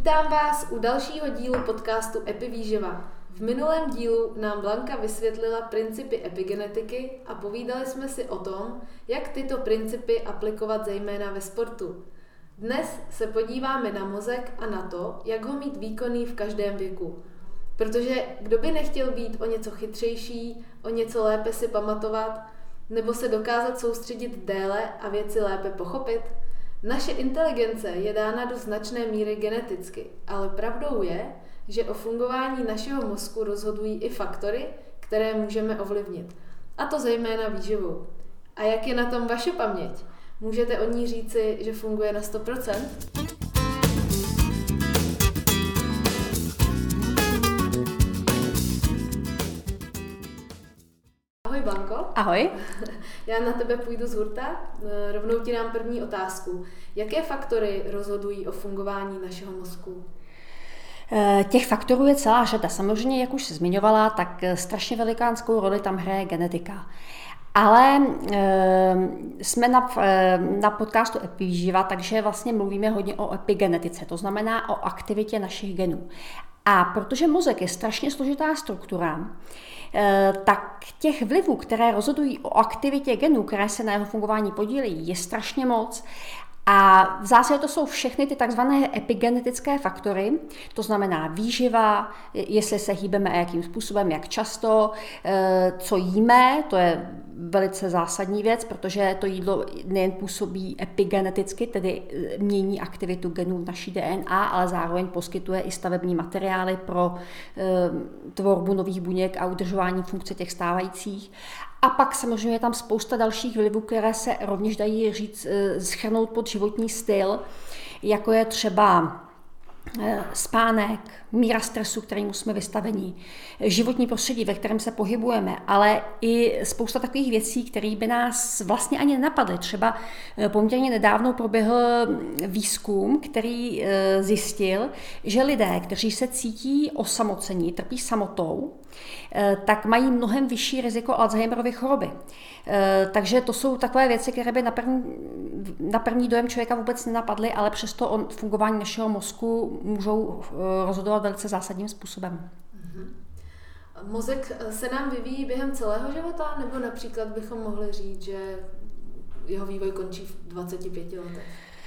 Vítám vás u dalšího dílu podcastu Epivýživa. V minulém dílu nám Blanka vysvětlila principy epigenetiky a povídali jsme si o tom, jak tyto principy aplikovat zejména ve sportu. Dnes se podíváme na mozek a na to, jak ho mít výkonný v každém věku. Protože kdo by nechtěl být o něco chytřejší, o něco lépe si pamatovat, nebo se dokázat soustředit déle a věci lépe pochopit? Naše inteligence je dána do značné míry geneticky, ale pravdou je, že o fungování našeho mozku rozhodují i faktory, které můžeme ovlivnit. A to zejména výživou. A jak je na tom vaše paměť? Můžete o ní říci, že funguje na 100%? Ahoj Blanko. Ahoj. Já na tebe půjdu z hurta, rovnou ti dám první otázku. Jaké faktory rozhodují o fungování našeho mozku? Těch faktorů je celá řada. Samozřejmě, jak už jsi zmiňovala, tak strašně velikánskou roli tam hraje genetika. Ale jsme na podcastu Epivýživa, takže vlastně mluvíme hodně o epigenetice, to znamená o aktivitě našich genů. A protože mozek je strašně složitá struktura, tak těch vlivů, které rozhodují o aktivitě genů, které se na jeho fungování podílejí, je strašně moc. A v zásadě to jsou všechny ty takzvané epigenetické faktory, to znamená výživa, jestli se hýbeme a jakým způsobem, jak často, co jíme, to je velice zásadní věc, protože to jídlo nejen působí epigeneticky, tedy mění aktivitu genů v naší DNA, ale zároveň poskytuje i stavební materiály pro tvorbu nových buněk a udržování funkce těch stávajících. A pak samozřejmě je tam spousta dalších vlivů, které se rovněž dají shrnout pod životní styl, jako je třeba spánek, míra stresu, kterému jsme vystaveni, životní prostředí, ve kterém se pohybujeme, ale i spousta takových věcí, které by nás vlastně ani nenapadly. Třeba poměrně nedávno proběhl výzkum, který zjistil, že lidé, kteří se cítí osamocení, trpí samotou, tak mají mnohem vyšší riziko Alzheimerovy choroby. Takže to jsou takové věci, které by na první dojem člověka vůbec nenapadly, ale přesto o fungování našeho mozku můžou rozhodovat velice zásadním způsobem. Mozek se nám vyvíjí během celého života, nebo například bychom mohli říct, že jeho vývoj končí v 25 letech?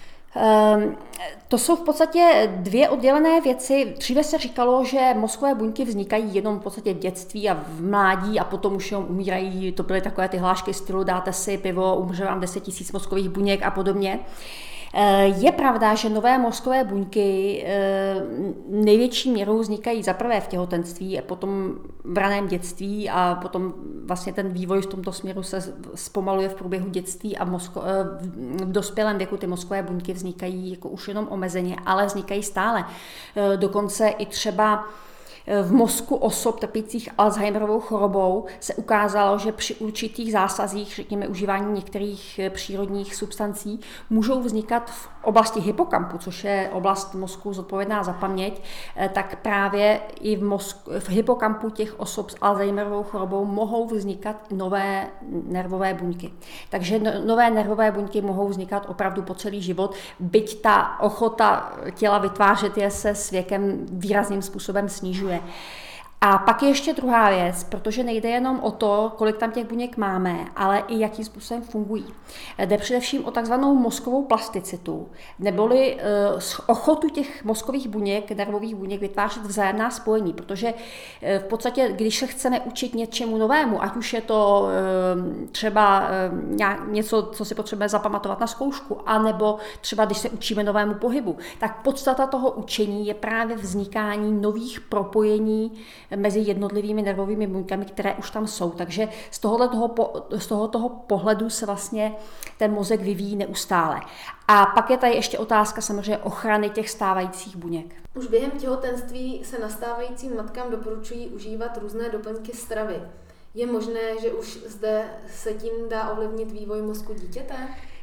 To jsou v podstatě dvě oddělené věci. Dříve se říkalo, že mozkové buňky vznikají jenom v podstatě v dětství a v mládí a potom už jenom umírají. To byly takové ty hlášky stylu dáte si pivo, umře vám 10 000 mozkových buněk a podobně. Je pravda, že nové mozkové buňky největší měrou vznikají zaprvé v těhotenství a potom v raném dětství a potom vlastně ten vývoj v tomto směru se zpomaluje v průběhu dětství a v dospělém věku ty mozkové buňky vznikají jako už jenom omezeně, ale vznikají stále. Dokonce i třeba v mozku osob trpících Alzheimerovou chorobou se ukázalo, že při určitých zásazích, řekněme užívání některých přírodních substancí, můžou vznikat v oblasti hypokampu, což je oblast mozku zodpovědná za paměť, tak právě i v hypokampu těch osob s Alzheimerovou chorobou mohou vznikat nové nervové buňky. Takže nové nervové buňky mohou vznikat opravdu po celý život, byť ta ochota těla vytvářet je se s věkem výrazným způsobem snižuje. A pak je ještě druhá věc, protože nejde jenom o to, kolik tam těch buněk máme, ale i jakým způsobem fungují. Jde především o takzvanou mozkovou plasticitu, neboli ochotu těch mozkových buněk, nervových buněk vytvářet vzájemná spojení, protože v podstatě, když se chceme učit něčemu novému, ať už je to třeba něco, co si potřebujeme zapamatovat na zkoušku, anebo třeba když se učíme novému pohybu, tak podstata toho učení je právě vznikání nových propojení mezi jednotlivými nervovými buňkami, které už tam jsou. Takže z tohoto pohledu se vlastně ten mozek vyvíjí neustále. A pak je tady ještě otázka samozřejmě ochrany těch stávajících buněk. Už během těhotenství se nastávajícím matkám doporučují užívat různé doplňky stravy. Je možné, že už zde se tím dá ovlivnit vývoj mozku dítěte?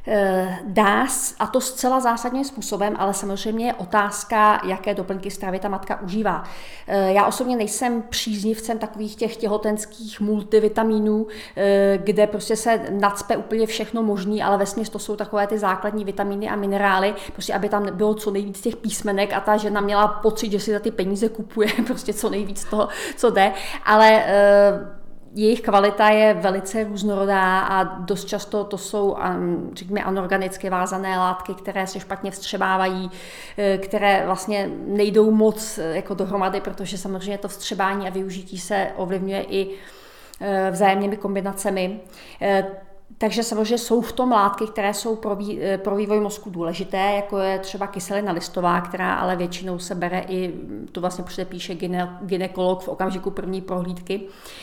Dá, a to zcela zásadním způsobem, ale samozřejmě je otázka, jaké doplňky stravy ta matka užívá. Já osobně nejsem příznivcem takových těch těhotenských multivitaminů, kde prostě se nacpe úplně všechno možný, ale vesměs to jsou takové ty základní vitamíny a minerály, prostě aby tam bylo co nejvíc těch písmenek a ta žena měla pocit, že si za ty peníze kupuje prostě co nejvíc toho, co jde, ale jejich kvalita je velice různorodá a dost často to jsou, řekněme, anorganicky vázané látky, které se špatně vstřebávají, které vlastně nejdou moc jako dohromady, protože samozřejmě to vstřebání a využití se ovlivňuje i vzájemnými kombinacemi. Takže samozřejmě jsou v tom látky, které jsou pro vývoj mozku důležité, jako je třeba kyselina listová, která ale většinou se bere i, to vlastně předepíše gynekolog v okamžiku první prohlídky.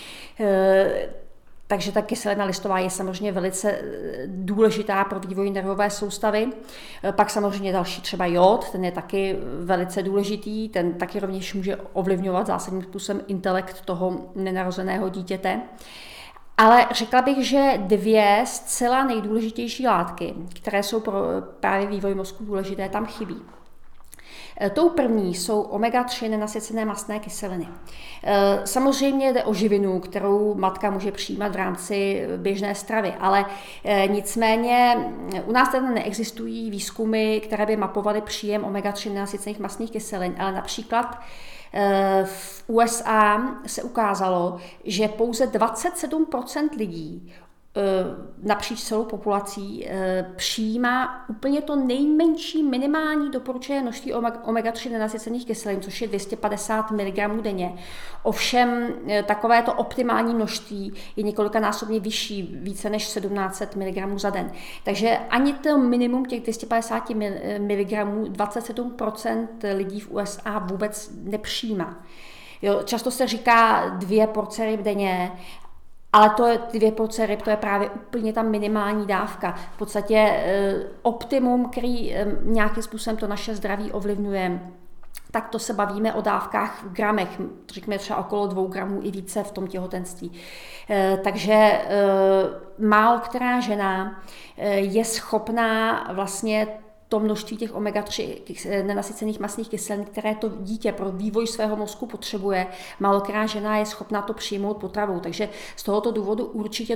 Takže ta kyselina listová je samozřejmě velice důležitá pro vývoj nervové soustavy. Pak samozřejmě další třeba jod, ten je taky velice důležitý, ten taky rovněž může ovlivňovat zásadním způsobem intelekt toho nenarozeného dítěte. Ale řekla bych, že dvě zcela nejdůležitější látky, které jsou pro právě vývoj mozku důležité, tam chybí. Tou první jsou omega-3 nenasycené mastné kyseliny. Samozřejmě jde o živinu, kterou matka může přijímat v rámci běžné stravy, ale nicméně u nás tady neexistují výzkumy, které by mapovaly příjem omega-3 nenasycených mastných kyselin, ale například v USA se ukázalo, že pouze 27% lidí napříč celou populací přijímá úplně to nejmenší minimální doporučené množství omega-3 nenasycených kyselin, což je 250 mg denně. Ovšem takovéto optimální množství je několikanásobně vyšší, více než 1700 mg za den. Takže ani to minimum těch 250 mg 27% lidí v USA vůbec nepřijímá. Jo, často se říká 2 porce ryb denně, ale to je 2 porce ryb, to je právě úplně ta minimální dávka. V podstatě optimum, který nějakým způsobem to naše zdraví ovlivňuje, tak to se bavíme o dávkách v gramech, řekněme třeba okolo 2 gramů i více v tom těhotenství. Takže málo která žena je schopná vlastně to množství těch omega-3 nenasycených mastných kyselin, které to dítě pro vývoj svého mozku potřebuje, málokrát žena je schopná to přijmout potravou. Takže z tohoto důvodu určitě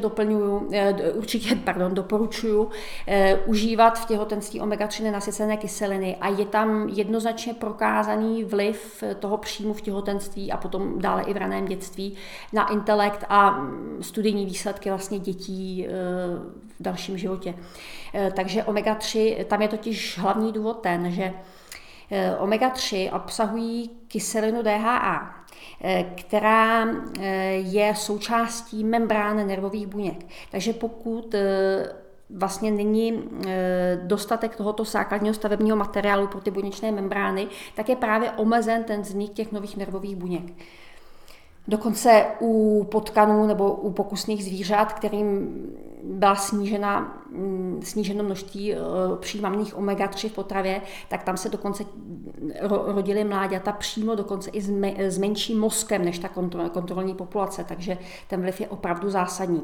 doporučuji užívat v těhotenství omega-3 nenasycené kyseliny a je tam jednoznačně prokázaný vliv toho příjmu v těhotenství a potom dále i v raném dětství na intelekt a studijní výsledky vlastně dětí v dalším životě. Takže omega-3, tam je totiž hlavní důvod ten, že omega-3 obsahují kyselinu DHA, která je součástí membrány nervových buněk. Takže pokud vlastně není dostatek tohoto základního stavebního materiálu pro ty buněčné membrány, tak je právě omezen ten vznik těch nových nervových buněk. Dokonce u potkanů nebo u pokusných zvířat, kterým byla sníženo množství přijímaných omega-3 v potravě, tak tam se dokonce rodily mláďata přímo dokonce i s menším mozkem než ta kontrolní populace, takže ten vliv je opravdu zásadní.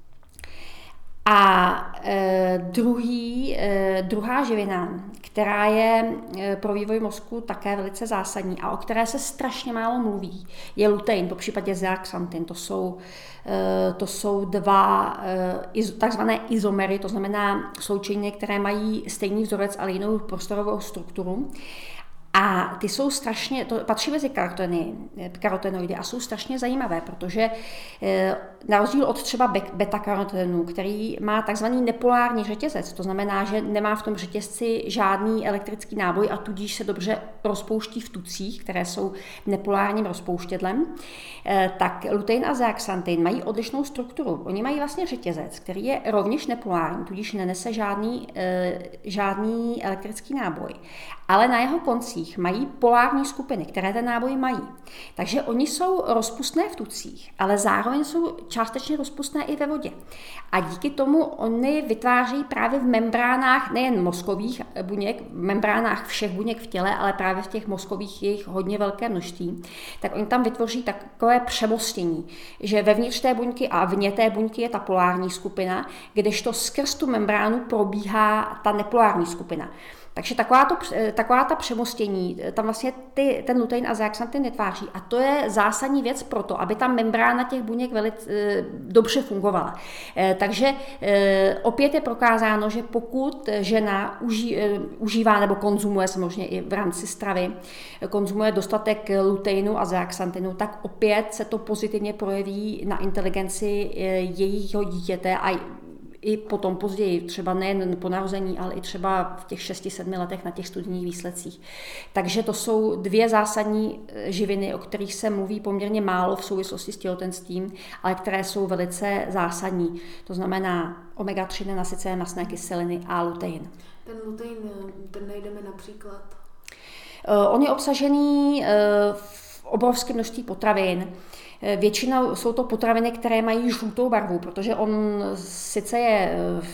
A druhá živina, která je pro vývoj mozku také velice zásadní a o které se strašně málo mluví, je lutein, po případě zeaxanthin. To jsou dva takzvané izomery, to znamená sloučeniny, které mají stejný vzorec, ale jinou prostorovou strukturu. A ty jsou strašně, to patří mezi karotenoidy a jsou strašně zajímavé, protože na rozdíl od třeba beta-karotenu, který má takzvaný nepolární řetězec, to znamená, že nemá v tom řetězci žádný elektrický náboj a tudíž se dobře rozpouští v tucích, které jsou nepolárním rozpouštědlem, tak lutein a zeaxanthin mají odlišnou strukturu. Oni mají vlastně řetězec, který je rovněž nepolární, tudíž nenese žádný elektrický náboj. ale na jeho koncích mají polární skupiny, které ten náboj mají. Takže oni jsou rozpustné v tucích, ale zároveň jsou částečně rozpustné i ve vodě. A díky tomu oni vytváří právě v membránách nejen mozkových buněk, v membránách všech buněk v těle, ale právě v těch mozkových je jich hodně velké množství, tak oni tam vytvoří takové přemostění, že vevnitř té buňky a vně té buňky je ta polární skupina, kdežto skrz tu membránu probíhá ta nepolární skupina. Takže taková ta přemostění, tam vlastně ten lutein a zeaxanthin netváří. A to je zásadní věc pro to, aby ta membrána těch buněk velice dobře fungovala. Takže opět je prokázáno, že pokud žena užívá nebo konzumuje samozřejmě i v rámci stravy, konzumuje dostatek luteinu a zeaxanthinu, tak opět se to pozitivně projeví na inteligenci jejího dítěte a i potom později, třeba nejen po narození, ale i třeba v těch 6-7 letech na těch studijních výsledcích. Takže to jsou dvě zásadní živiny, o kterých se mluví poměrně málo v souvislosti s těhotenstvím, ale které jsou velice zásadní. To znamená omega-3 nenasycené mastné kyseliny a lutein. Ten lutein, ten najdeme například? On je obsažený v obrovském množství potravin. Většinou jsou to potraviny, které mají žlutou barvu, protože on sice je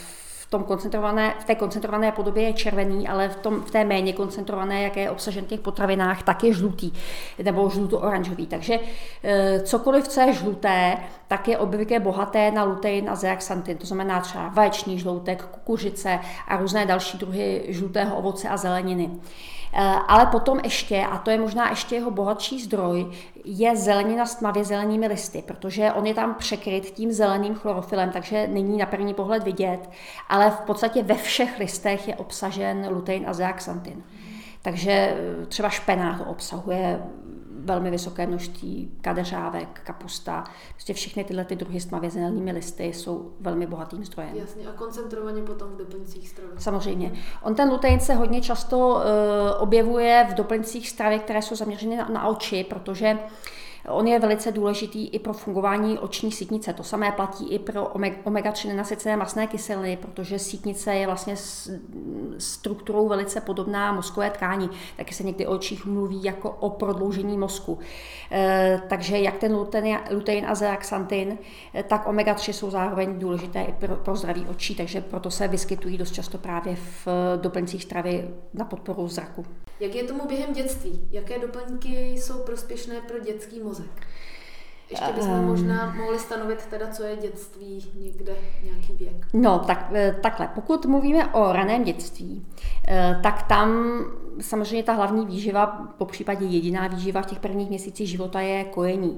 v té koncentrované podobě je červený, ale v té méně koncentrované, jak je obsažen v těch potravinách, tak je žlutý nebo žluto-oranžový. Takže cokoliv, co je žluté, tak je obvykle bohaté na lutein a zeaxanthin, to znamená třeba vaječný žloutek, kukuřice a různé další druhy žlutého ovoce a zeleniny. Ale potom ještě, a to je možná ještě jeho bohatší zdroj, je zelenina s tmavě zelenými listy, protože on je tam překryt tím zeleným chlorofilem, takže není na první pohled vidět, ale v podstatě ve všech listech je obsažen lutein a zeaxanthin. Takže třeba špenát obsahuje velmi vysoké množství, kadeřávek, kapusta, prostě všechny tyhle ty druhy s tmavě zelenými listy jsou velmi bohatým zdrojem. Jasně, a koncentrovaně potom v doplňcích stravy. Samozřejmě. On ten lutein se hodně často objevuje v doplňcích stravy, které jsou zaměřeny na oči, protože on je velice důležitý i pro fungování oční sítnice. To samé platí i pro omega-3 nenasycené mastné kyseliny, protože sítnice je vlastně strukturou velice podobná mozkové tkání. Taky se někdy o očích mluví jako o prodloužení mozku. Takže jak ten lutein a zeaxanthin, tak omega-3 jsou zároveň důležité i pro zdraví očí, takže proto se vyskytují dost často právě v doplňcích stravy na podporu zraku. Jak je tomu během dětství? Jaké doplňky jsou prospěšné pro dětský mozek? Ještě bychom možná mohli stanovit teda, co je dětství, někde nějaký věk. No, takhle. Pokud mluvíme o raném dětství, tak tam samozřejmě ta hlavní výživa, popřípadě jediná výživa v těch prvních měsících života je kojení.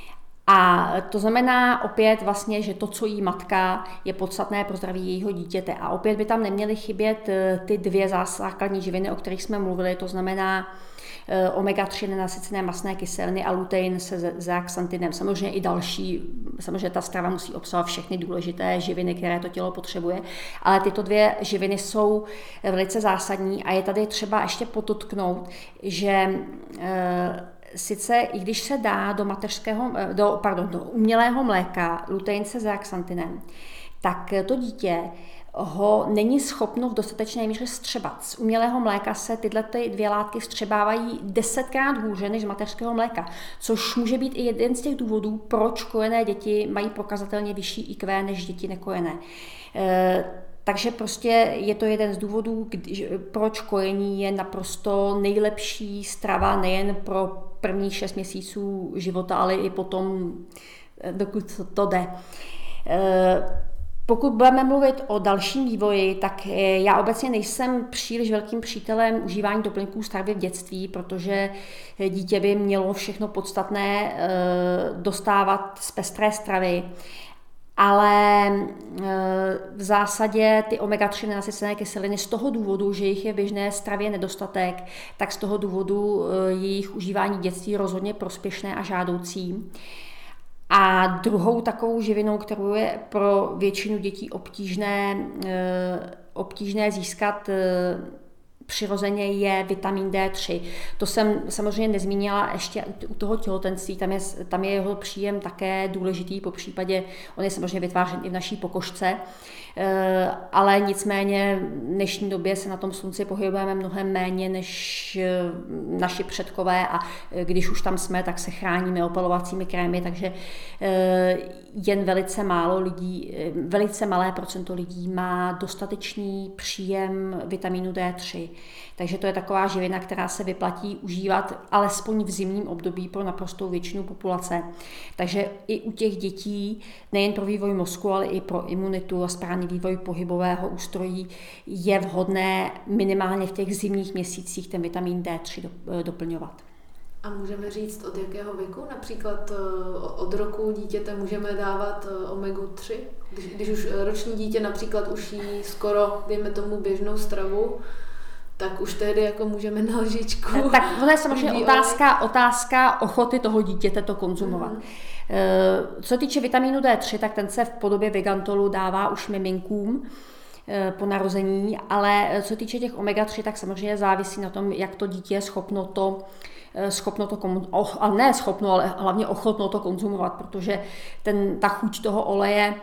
A to znamená opět vlastně, že to, co jí matka, je podstatné pro zdraví jejího dítěte. A opět by tam neměly chybět ty dvě základní živiny, o kterých jsme mluvili, to znamená omega-3 nenasycené mastné kyseliny a lutein se zeaxanthinem. Samozřejmě i další, samozřejmě ta strava musí obsahovat všechny důležité živiny, které to tělo potřebuje, ale tyto dvě živiny jsou velice zásadní a je tady třeba ještě podotknout, že sice i když se dá do umělého mléka lutein se zeaxanthinem, tak to dítě ho není schopno v dostatečné míře vstřebat. Z umělého mléka se tyhle dvě látky vstřebávají 10krát hůře než z mateřského mléka, což může být i jeden z těch důvodů, proč kojené děti mají prokazatelně vyšší IQ než děti nekojené. Takže prostě je to jeden z důvodů, proč kojení je naprosto nejlepší strava nejen pro prvních 6 měsíců života, ale i potom, dokud to jde. Pokud budeme mluvit o dalším vývoji, tak já obecně nejsem příliš velkým přítelem užívání doplňků stravy v dětství, protože dítě by mělo všechno podstatné dostávat z pestré stravy. Ale v zásadě ty omega-3 nenasycené kyseliny z toho důvodu, že jich je v běžné stravě nedostatek, tak z toho důvodu jejich užívání v dětství rozhodně prospěšné a žádoucí. A druhou takovou živinou, kterou je pro většinu dětí obtížné získat přirozeně je vitamin D3. To jsem samozřejmě nezmínila ještě u toho těhotenství, tam je jeho příjem také důležitý, popřípadě on je samozřejmě vytvářen i v naší pokožce, ale nicméně v dnešní době se na tom slunci pohybujeme mnohem méně než naši předkové a když už tam jsme, tak se chráníme opalovacími krémy, takže jen velice malé procento lidí má dostatečný příjem vitamínu D3. Takže to je taková živina, která se vyplatí užívat alespoň v zimním období pro naprostou většinu populace. Takže i u těch dětí, nejen pro vývoj mozku, ale i pro imunitu a správný vývoj pohybového ústrojí je vhodné minimálně v těch zimních měsících ten vitamin D3 doplňovat. A můžeme říct, od jakého věku? Například od roku dítěte můžeme dávat omegu 3? Když už roční dítě například už jí skoro, dejme tomu, běžnou stravu, tak už tehdy jako můžeme na lžičku. Tak to je samozřejmě otázka ochoty toho dítěte to konzumovat. Co se týče vitamínu D3, tak ten se v podobě Vigantolu dává už miminkům po narození, ale co se týče těch omega-3, tak samozřejmě závisí na tom, jak to dítě je ale hlavně ochotno to konzumovat, protože ta chuť toho oleje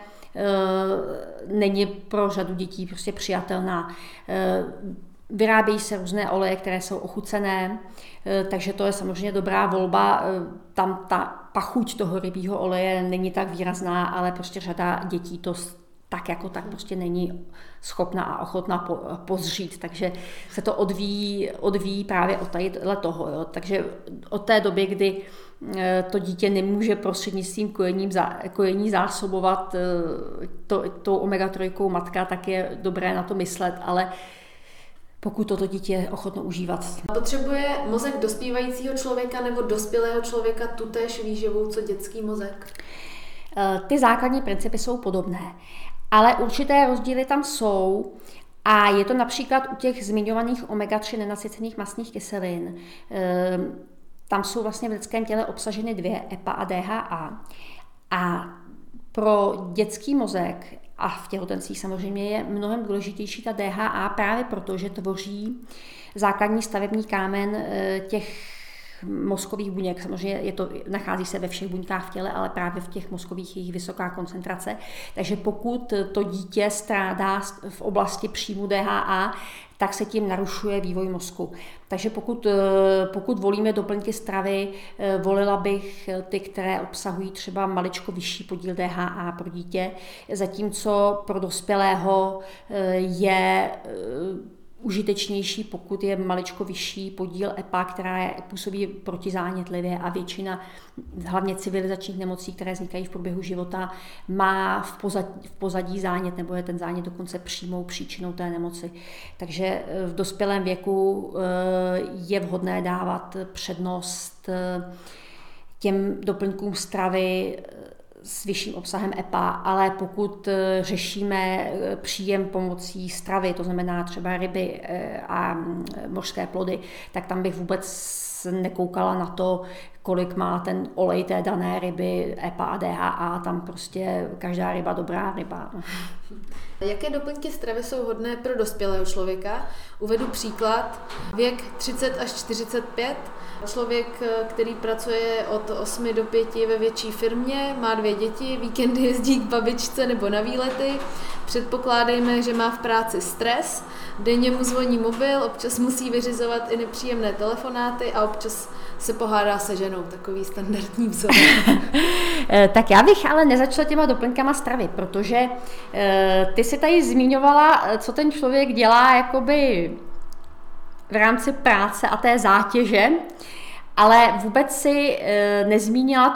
není pro řadu dětí prostě přijatelná. Vyrábějí se různé oleje, které jsou ochucené, takže to je samozřejmě dobrá volba. Tam ta pachuť toho rybího oleje není tak výrazná, ale prostě řada dětí to tak jako tak prostě není schopna a ochotná pozřít, takže se to odvíjí právě od toho. Jo. Takže od té doby, kdy to dítě nemůže prostřednictvím kojení zásobovat tou omega-3 matka, tak je dobré na to myslet, ale pokud toto dítě je ochotno užívat. Potřebuje mozek dospívajícího člověka nebo dospělého člověka tutéž výživu, co dětský mozek? Ty základní principy jsou podobné, ale určité rozdíly tam jsou a je to například u těch zmiňovaných omega-3 nenasycených mastných kyselin. Tam jsou vlastně v lidském těle obsaženy 2, EPA a DHA. A pro dětský mozek a v těhotenství samozřejmě je mnohem důležitější ta DHA právě proto, že tvoří základní stavební kámen těch mozkových buněk. Samozřejmě nachází se ve všech buňkách v těle, ale právě v těch mozkových je jich vysoká koncentrace. Takže pokud to dítě strádá v oblasti příjmu DHA, tak se tím narušuje vývoj mozku. Takže pokud volíme doplňky stravy, volila bych ty, které obsahují třeba maličko vyšší podíl DHA pro dítě, zatímco pro dospělého je užitečnější, pokud je maličko vyšší podíl EPA, která působí protizánětlivě a většina hlavně civilizačních nemocí, které vznikají v průběhu života, má v pozadí zánět, nebo je ten zánět dokonce přímou příčinou té nemoci. Takže v dospělém věku je vhodné dávat přednost těm doplňkům stravy s vyšším obsahem EPA, ale pokud řešíme příjem pomocí stravy, to znamená třeba ryby a mořské plody, tak tam bych vůbec nekoukala na to, kolik má ten olej té dané ryby, EPA a DHA, tam prostě každá ryba dobrá ryba. Jaké doplňky stravy jsou hodné pro dospělého člověka? Uvedu příklad. Věk 30 až 45. Člověk, který pracuje od 8 do 5 ve větší firmě, má 2 děti, víkendy jezdí k babičce nebo na výlety. Předpokládejme, že má v práci stres, denně mu zvoní mobil, občas musí vyřizovat i nepříjemné telefonáty a občas se pohádá se ženou, takový standardní vzor. Tak já bych ale nezačala těma doplňkama stravy, protože ty si tady zmiňovala, co ten člověk dělá jakoby v rámci práce a té zátěže, ale vůbec si nezmínila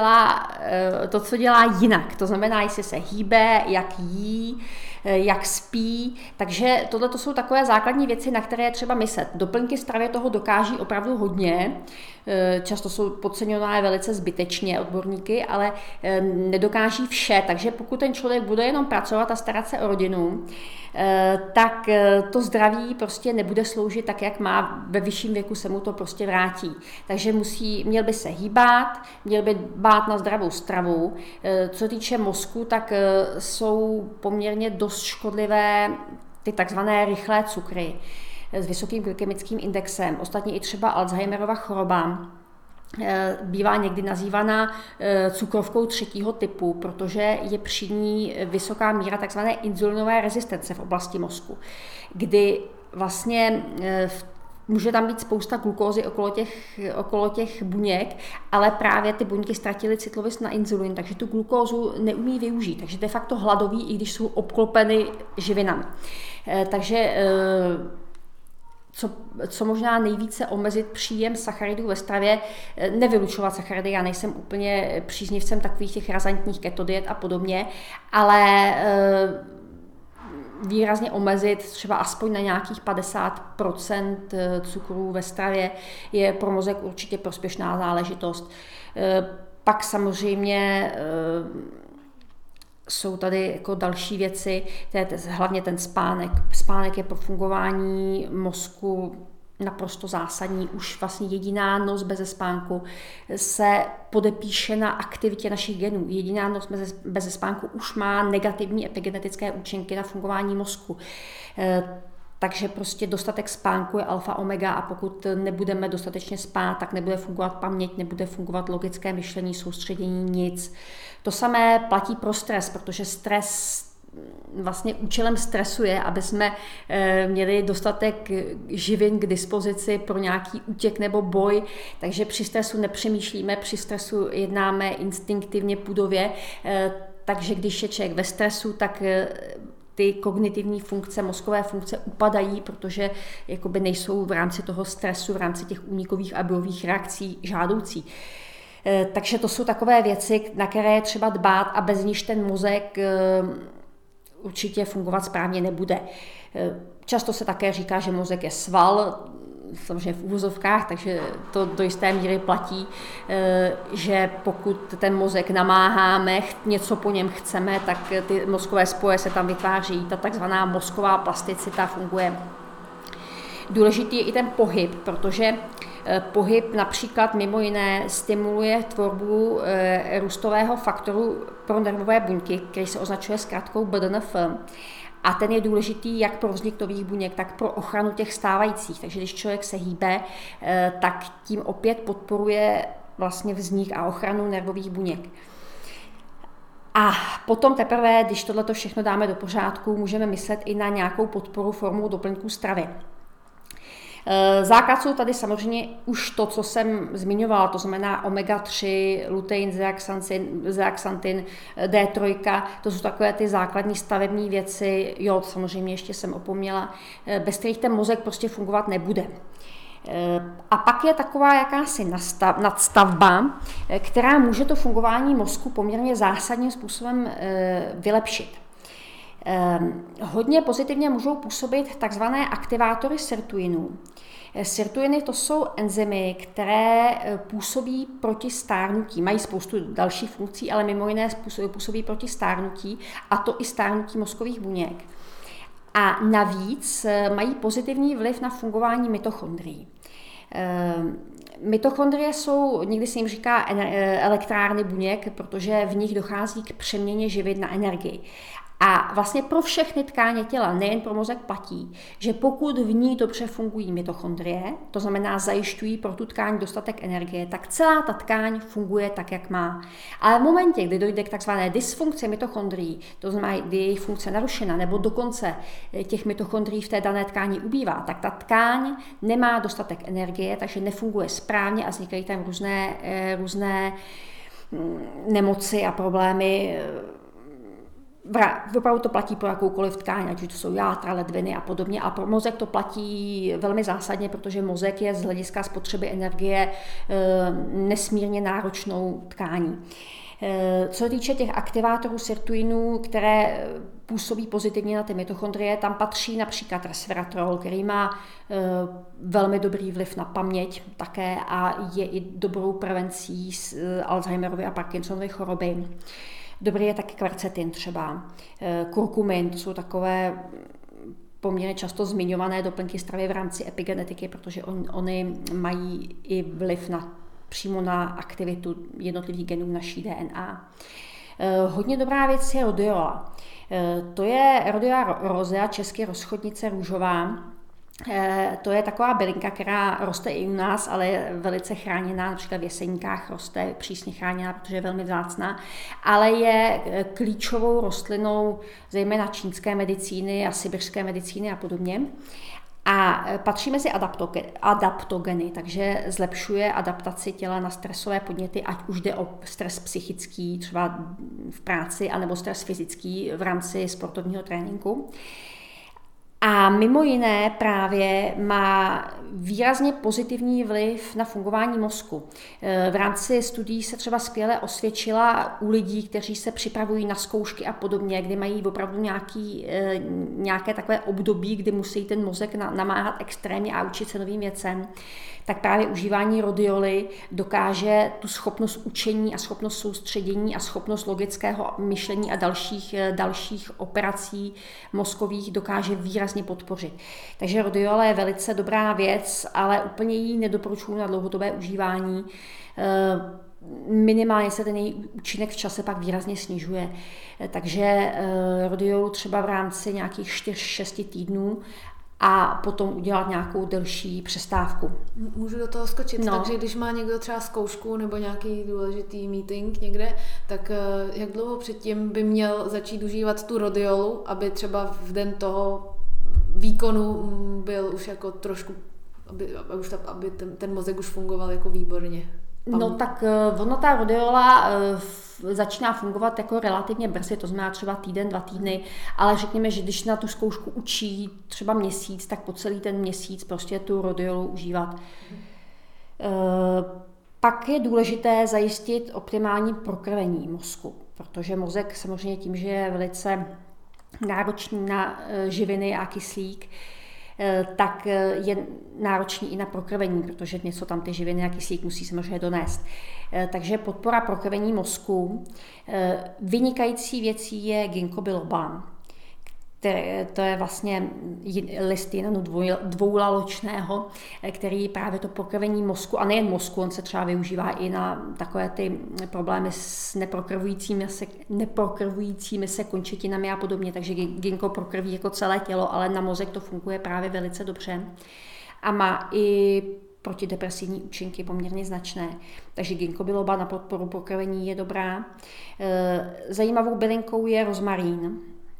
to, co dělá jinak. To znamená, jestli se hýbe, jak jí, jak spí. Takže tohle jsou takové základní věci, na které je třeba myslet. Doplňky stravy toho dokáží opravdu hodně. Často jsou podceňované velice zbytečně odborníky, ale nedokáží vše. Takže pokud ten člověk bude jenom pracovat a starat se o rodinu, tak to zdraví prostě nebude sloužit tak, jak má. Ve vyšším věku se mu to prostě vrátí. Takže měl by se hýbat, měl by dbát na zdravou stravu. Co se týče mozku, tak jsou poměrně dost škodlivé ty takzvané rychlé cukry. s vysokým glykemickým indexem, ostatně i třeba Alzheimerova choroba, bývá někdy nazývaná cukrovkou 3. typu, protože je při ní vysoká míra tzv. Inzulinové rezistence v oblasti mozku, kdy vlastně může tam být spousta glukózy okolo těch buněk, ale právě ty buňky ztratily citlivost na inzulin, takže tu glukózu neumí využít, takže de facto hladoví, i když jsou obklopeny živinami. Takže co možná nejvíce omezit příjem sacharidů ve stravě, nevylučovat sacharidy, já nejsem úplně příznivcem takových těch razantních keto diet a podobně, ale výrazně omezit třeba aspoň na nějakých 50% cukrů ve stravě je pro mozek určitě prospěšná záležitost. Pak samozřejmě jsou tady jako další věci, hlavně ten spánek. Spánek je pro fungování mozku naprosto zásadní. Už vlastně jediná noc beze spánku se podepíše na aktivitě našich genů. Jediná noc beze spánku už má negativní epigenetické účinky na fungování mozku. Takže prostě dostatek spánku je alfa omega a pokud nebudeme dostatečně spát, tak nebude fungovat paměť, nebude fungovat logické myšlení, soustředění, nic. To samé platí pro stres, protože stres, vlastně účelem stresu je, aby jsme měli dostatek živin k dispozici pro nějaký útěk nebo boj, takže při stresu nepřemýšlíme, při stresu jednáme instinktivně pudově, takže když je člověk ve stresu, tak ty kognitivní funkce, mozkové funkce upadají, protože jakoby nejsou v rámci toho stresu, v rámci těch únikových a bojových reakcí žádoucí. Takže to jsou takové věci, na které je třeba dbát a bez níž ten mozek určitě fungovat správně nebude. Často se také říká, že mozek je sval, samozřejmě v uvozovkách, takže to do jisté míry platí, že pokud ten mozek namáháme, něco po něm chceme, tak ty mozkové spoje se tam vytváří, ta takzvaná mozková plasticita funguje. Důležitý je i ten pohyb, protože pohyb například mimo jiné stimuluje tvorbu růstového faktoru pro nervové buňky, který se označuje zkrátkou BDNF. A ten je důležitý jak pro vznik nových buněk, tak pro ochranu těch stávajících. Takže když člověk se hýbe, tak tím opět podporuje vlastně vznik a ochranu nervových buněk. A potom teprve, když tohleto všechno dáme do pořádku, můžeme myslet i na nějakou podporu formou doplňků stravy. Základ jsou tady samozřejmě už to, co jsem zmiňovala, to znamená omega-3, lutein, zeaxanthin, D3, to jsou takové ty základní stavební věci, jod samozřejmě ještě jsem opomněla, bez kterých ten mozek prostě fungovat nebude. A pak je taková jakási nadstavba, která může to fungování mozku poměrně zásadním způsobem vylepšit. Hodně pozitivně můžou působit takzvané aktivátory sirtuinů. Sirtuiny to jsou enzymy, které působí proti stárnutí. Mají spoustu dalších funkcí, ale mimo jiné působí proti stárnutí, a to i stárnutí mozkových buněk. A navíc mají pozitivní vliv na fungování mitochondrií. Mitochondrie jsou, někdy se jim říká elektrárny buněk, protože v nich dochází k přeměně živin na energii. A vlastně pro všechny tkáně těla, nejen pro mozek, platí, že pokud v ní dobře fungují mitochondrie, to znamená zajišťují pro tu tkáň dostatek energie, tak celá ta tkáň funguje tak, jak má. Ale v momentě, kdy dojde k takzvané dysfunkci mitochondrií, to znamená, kdy je jejich funkce narušena, nebo dokonce těch mitochondrií v té dané tkáni ubývá, tak ta tkáň nemá dostatek energie, takže nefunguje správně a vznikají tam různé nemoci a problémy. Opravdu to platí pro jakoukoliv tkáň, ať už to jsou játra, ledviny a podobně. A pro mozek to platí velmi zásadně, protože mozek je z hlediska spotřeby energie nesmírně náročnou tkání. Co se týče těch aktivátorů sirtuinů, které působí pozitivně na ty mitochondrie, tam patří například resveratrol, který má velmi dobrý vliv na paměť také a je i dobrou prevencí Alzheimerovy a Parkinsonovy choroby. Dobrý je taky kvercetin třeba, kurkumin, to jsou takové poměrně často zmiňované doplňky stravy v rámci epigenetiky, protože oni mají i vliv přímo na aktivitu jednotlivých genů naší DNA. Hodně dobrá věc je rhodiola. To je Rhodia rosea, česky rozchodnice růžová. To je taková bylinka, která roste i u nás, ale je velice chráněná, například v Jeseníkách roste přísně chráněná, protože je velmi vzácná, ale je klíčovou rostlinou zejména čínské medicíny a sibirské medicíny a podobně. A patří mezi adaptogeny, takže zlepšuje adaptaci těla na stresové podněty, ať už jde o stres psychický, třeba v práci, anebo stres fyzický v rámci sportovního tréninku. A mimo jiné právě má výrazně pozitivní vliv na fungování mozku. V rámci studií se třeba skvěle osvědčila u lidí, kteří se připravují na zkoušky a podobně, kdy mají opravdu nějaké takové období, kdy musí ten mozek namáhat extrémně a učit se novým věcem. Tak právě užívání rodioly dokáže tu schopnost učení a schopnost soustředění a schopnost logického myšlení a dalších operací mozkových dokáže výrazně podpořit. Takže rodiola je velice dobrá věc, ale úplně ji nedoporučuji na dlouhodobé užívání. Minimálně se ten její účinek v čase pak výrazně snižuje. Takže rodiolu třeba v rámci nějakých 4-6 týdnů a potom udělat nějakou delší přestávku. Můžu do toho skočit, takže když má někdo třeba zkoušku nebo nějaký důležitý meeting někde, tak jak dlouho předtím by měl začít užívat tu rodiolu, aby třeba v den toho výkonu byl už jako trošku, aby ten mozek už fungoval jako výborně? No tak ono ta rodiola začíná fungovat jako relativně brzy, to znamená třeba týden, 2 týdny, ale řekněme, že když na tu zkoušku učí třeba měsíc, tak po celý ten měsíc prostě tu rodiolu užívat. Pak je důležité zajistit optimální prokrvení mozku, protože mozek samozřejmě tím, že je velice náročný na živiny a kyslík, tak je náročný i na prokrvení, protože něco tam ty živiny a kyslík musí samozřejmě donést. Takže podpora prokrvení mozku. Vynikající věcí je ginkgo biloba. To je vlastně list jinanu dvoulaločného, který právě to prokrvení mozku, a nejen mozku, on se třeba využívá i na takové ty problémy s neprokrvujícími se končetinami a podobně, takže ginkgo prokrví jako celé tělo, ale na mozek to funguje právě velice dobře a má i protidepresivní účinky poměrně značné. Takže ginkgo biloba na podporu prokrvení je dobrá. Zajímavou bylinkou je rozmarín.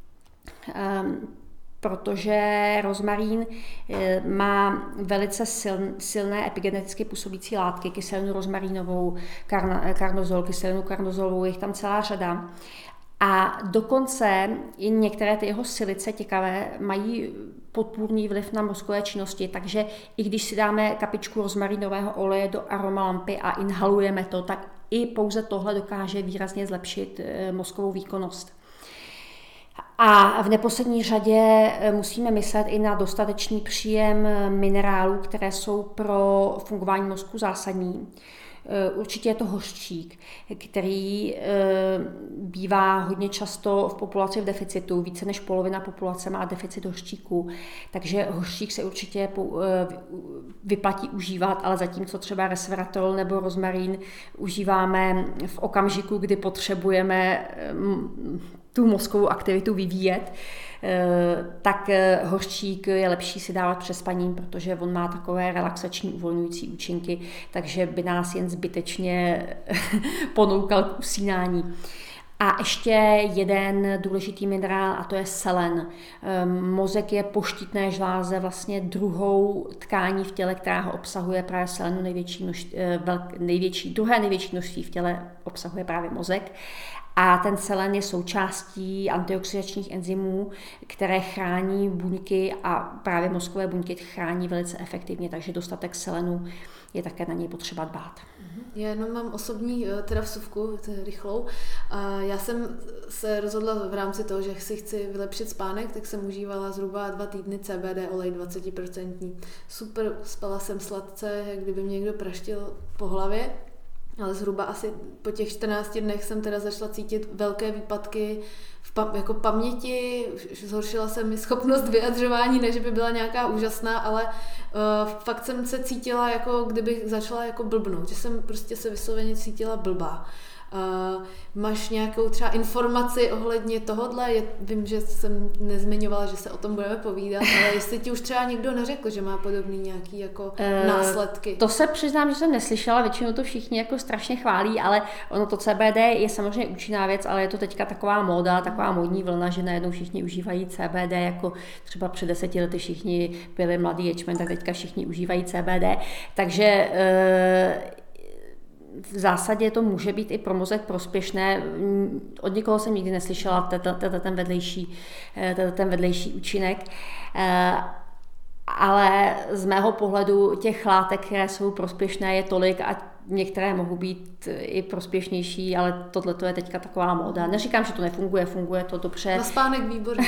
Protože rozmarín má velice silné epigeneticky působící látky, kyselinu rozmarínovou, karnozol, kyselinu karnozolovou, je tam celá řada. A dokonce i některé ty jeho silice těkavé mají podpůrný vliv na mozkové činnosti, takže i když si dáme kapičku rozmarínového oleje do aromalampy a inhalujeme to, tak i pouze tohle dokáže výrazně zlepšit mozkovou výkonnost. A v neposlední řadě musíme myslet i na dostatečný příjem minerálů, které jsou pro fungování mozku zásadní. Určitě je to hořčík, který bývá hodně často v populaci v deficitu. Více než polovina populace má deficit hořčíku, takže hořčík se určitě vyplatí užívat, ale zatímco třeba resveratrol nebo rozmarín užíváme v okamžiku, kdy potřebujeme tu mozkovou aktivitu vyvíjet, tak hořčík je lepší si dávat před spaním, protože on má takové relaxační uvolňující účinky, takže by nás jen zbytečně ponoukal k usínání. A ještě jeden důležitý minerál, a to je selen. Mozek je po štítné žláze vlastně druhou tkání v těle, která ho obsahuje právě selenu, druhé největší množství v těle obsahuje právě mozek. A ten selen je součástí antioxidačních enzymů, které chrání buňky a právě mozkové buňky chrání velice efektivně, takže dostatek selenu je také na něj potřeba dbát. Já jenom mám osobní teda vsuvku, rychlou. Já jsem se rozhodla v rámci toho, že si chci vylepšit spánek, tak jsem užívala zhruba 2 týdny CBD olej 20%. Super, spala jsem sladce, jak kdyby mě někdo praštil po hlavě. Ale zhruba asi po těch 14 dnech jsem teda začala cítit velké výpadky jako paměti, zhoršila se mi schopnost vyjadřování, než by byla nějaká úžasná, ale fakt jsem se cítila, jako kdybych začala jako blbnout, že jsem prostě se vysloveně cítila blbá. Máš nějakou třeba informaci ohledně tohodle? Vím, že jsem nezmiňovala, že se o tom budeme povídat, ale jestli ti už třeba někdo neřekl, že má podobný nějaký jako následky. To se přiznám, že jsem neslyšela, většinou to všichni jako strašně chválí, ale ono to CBD je samozřejmě účinná věc, ale je to teďka taková móda, taková módní vlna, že najednou všichni užívají CBD, jako třeba před 10 lety všichni pili mladý ječmen, tak teďka všichni užívají CBD, takže v zásadě to může být i pro mozek prospěšné. Od nikoho jsem nikdy neslyšela ten vedlejší účinek. Ale z mého pohledu těch látek, které jsou prospěšné, je tolik a některé mohou být i prospěšnější, ale tohle je teďka taková móda. Neříkám, že to nefunguje, funguje to dobře. Na spánek výborný.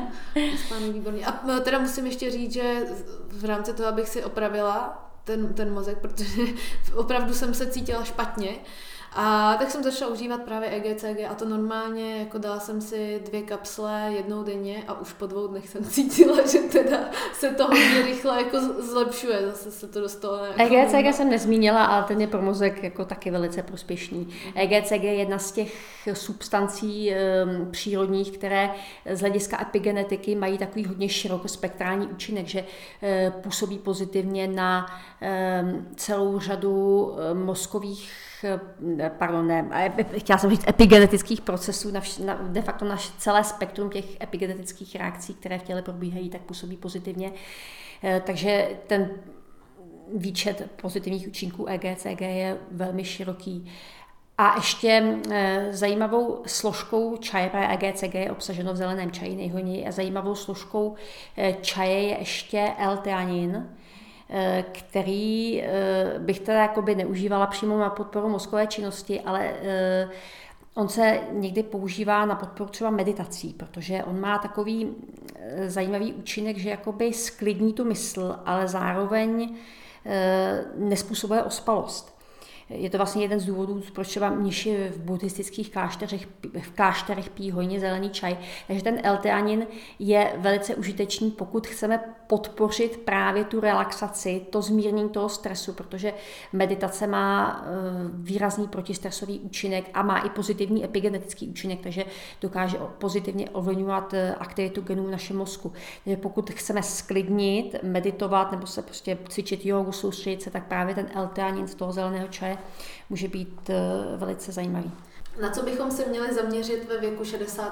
A teda musím ještě říct, že v rámci toho, abych si opravila ten mozek, protože opravdu jsem se cítila špatně. A tak jsem začala užívat právě EGCG a to normálně, jako dala jsem si 2 kapsle jednou denně a už po 2 dnech jsem cítila, že teda se to hodně rychle jako zlepšuje, zase se to dostalo. EGCG jsem nezmínila, ale ten je pro mozek jako taky velice prospěšný. EGCG je jedna z těch substancí přírodních, které z hlediska epigenetiky mají takový hodně širokospektrální účinek, že působí pozitivně na celou řadu mozkových chtěla jsem říct epigenetických procesů, de facto na celé spektrum těch epigenetických reakcí, které v těle probíhají, tak působí pozitivně. Takže ten výčet pozitivních účinků EGCG je velmi široký. A ještě zajímavou složkou čaje, protože EGCG je obsaženo v zeleném čaji nejhojněji, a zajímavou složkou čaje je ještě L-theanin, který bych teda jakoby neužívala přímo na podporu mozkové činnosti, ale on se někdy používá na podporu třeba meditací, protože on má takový zajímavý účinek, že jakoby sklidní tu mysl, ale zároveň nespůsobuje ospalost. Je to vlastně jeden z důvodů, proč třeba mniši v buddhistických klášterech pijí hojně zelený čaj. Takže ten L-theanin je velice užitečný, pokud chceme podpořit právě tu relaxaci, to zmírnění toho stresu, protože meditace má výrazný protistresový účinek a má i pozitivní epigenetický účinek, takže dokáže pozitivně ovlivňovat aktivitu genů v našem mozku. Takže pokud chceme sklidnit, meditovat nebo se prostě cvičit jogu, soustředit se, tak právě ten L-theanin z toho zeleného čaje může být velice zajímavý. Na co bychom se měli zaměřit ve věku 60+?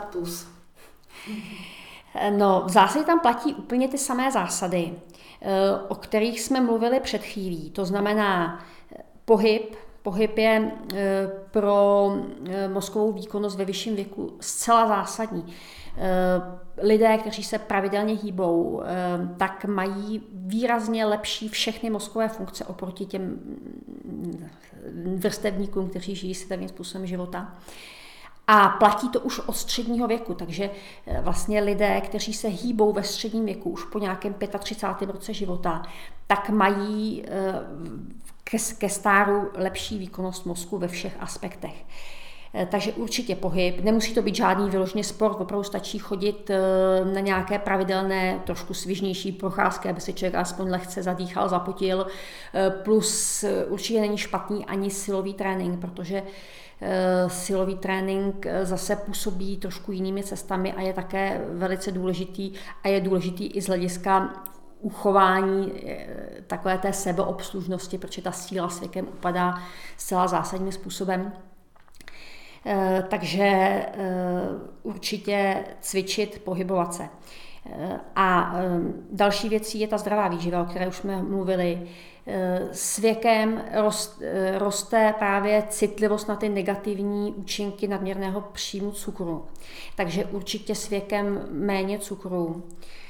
No, v zásadě tam platí úplně ty samé zásady, o kterých jsme mluvili před chvílí. To znamená pohyb. Pohyb je pro mozkovou výkonnost ve vyšším věku zcela zásadní. Lidé, kteří se pravidelně hýbou, tak mají výrazně lepší všechny mozkové funkce oproti těm vrstevníkům, kteří žijí sedavým způsobem života. A platí to už od středního věku, takže vlastně lidé, kteří se hýbou ve středním věku už po nějakém 35. roce života, tak mají ke stáru lepší výkonnost mozku ve všech aspektech. Takže určitě pohyb, nemusí to být žádný vyložený sport, opravdu stačí chodit na nějaké pravidelné, trošku svižnější procházky, aby se člověk aspoň lehce zadýchal, zapotil, plus určitě není špatný ani silový trénink, protože silový trénink zase působí trošku jinými cestami a je také velice důležitý a je důležitý i z hlediska uchování takové té sebeobslužnosti, protože ta síla s věkem upadá zcela zásadním způsobem. Takže určitě cvičit, pohybovat se. A další věcí je ta zdravá výživa, o které už jsme mluvili. S věkem roste právě citlivost na ty negativní účinky nadměrného příjmu cukru. Takže určitě s věkem méně cukru.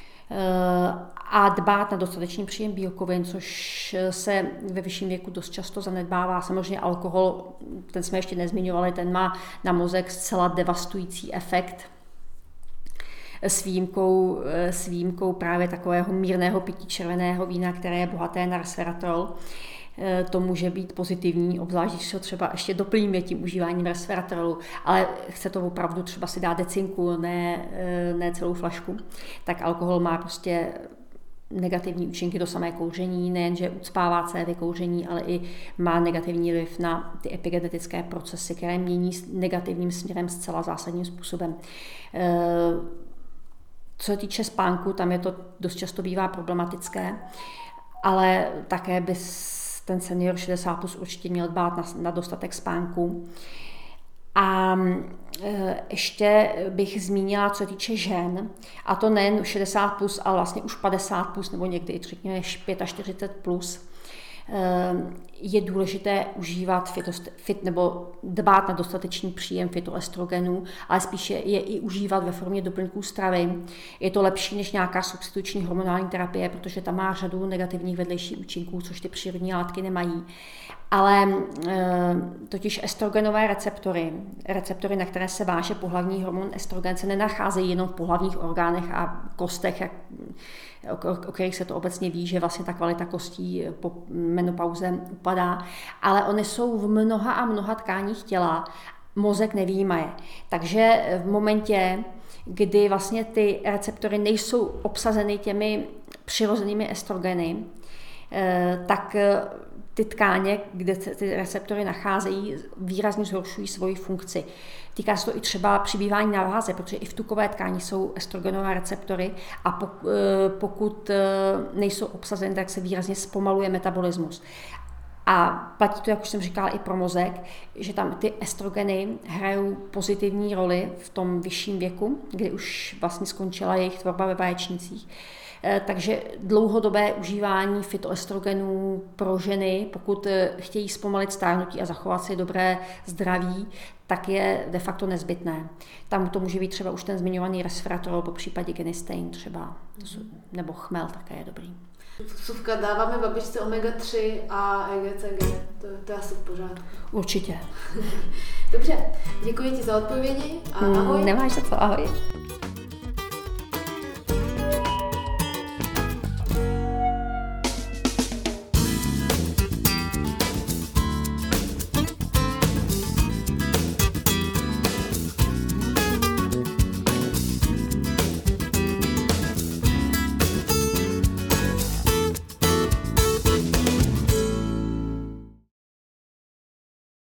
A dbát na dostatečný příjem bílkovin, což se ve vyšším věku dost často zanedbává. Samozřejmě alkohol, ten jsme ještě nezmiňovali, ten má na mozek zcela devastující efekt. S výjimkou právě takového mírného pití červeného vína, které je bohaté na resveratrol. To může být pozitivní, obzvlášť když se třeba ještě doplníme tím užíváním resveratrolu, ale chce to opravdu třeba si dát decinku, ne celou flašku, tak alkohol má prostě negativní účinky do samé kouření, nejenže ucpává cévy kouření, ale i má negativní vliv na ty epigenetické procesy, které mění negativním směrem zcela zásadním způsobem. Co se týče spánku, tam je to dost často bývá problematické, ale také by ten senior 60+ určitě měl dbát na dostatek spánku. A ještě bych zmínila, co se týče žen, a to nejen 60+, ale vlastně už 50+, nebo někdy i řekněme 45+, je důležité užívat nebo dbát na dostatečný příjem fytoestrogenů, ale spíše je i užívat ve formě doplňků stravy. Je to lepší než nějaká substituční hormonální terapie, protože tam má řadu negativních vedlejších účinků, což ty přírodní látky nemají. Ale totiž estrogenové receptory, na které se váže pohlavní hormon estrogen, se nenacházejí jenom v pohlavních orgánech a kostech, o kterých se to obecně ví, že vlastně ta kvalita kostí po menopauze upadá, ale oni jsou v mnoha a mnoha tkáních těla, mozek nevyjímaje. Takže v momentě, kdy vlastně ty receptory nejsou obsazeny těmi přirozenými estrogeny, tak ty tkáně, kde se ty receptory nacházejí, výrazně zhoršují svoji funkci. Týká se to i třeba přibývání na váze, protože i v tukové tkáni jsou estrogenové receptory a pokud nejsou obsazeny, tak se výrazně zpomaluje metabolismus. A platí to, jak už jsem říkala, i pro mozek, že tam ty estrogeny hrajou pozitivní roli v tom vyšším věku, kdy už vlastně skončila jejich tvorba ve vaječnících. Takže dlouhodobé užívání fytoestrogenů pro ženy, pokud chtějí zpomalit stárnutí a zachovat si dobré zdraví, tak je de facto nezbytné. Tam to může být třeba už ten zmiňovaný resveratrol, po případě genistein třeba, nebo chmel také je dobrý. Vsuvka, dáváme babičce omega-3 a EGCG, to je asi v pořádku. Určitě. Dobře, děkuji ti za odpovědi a ahoj. Nemáš za co, ahoj.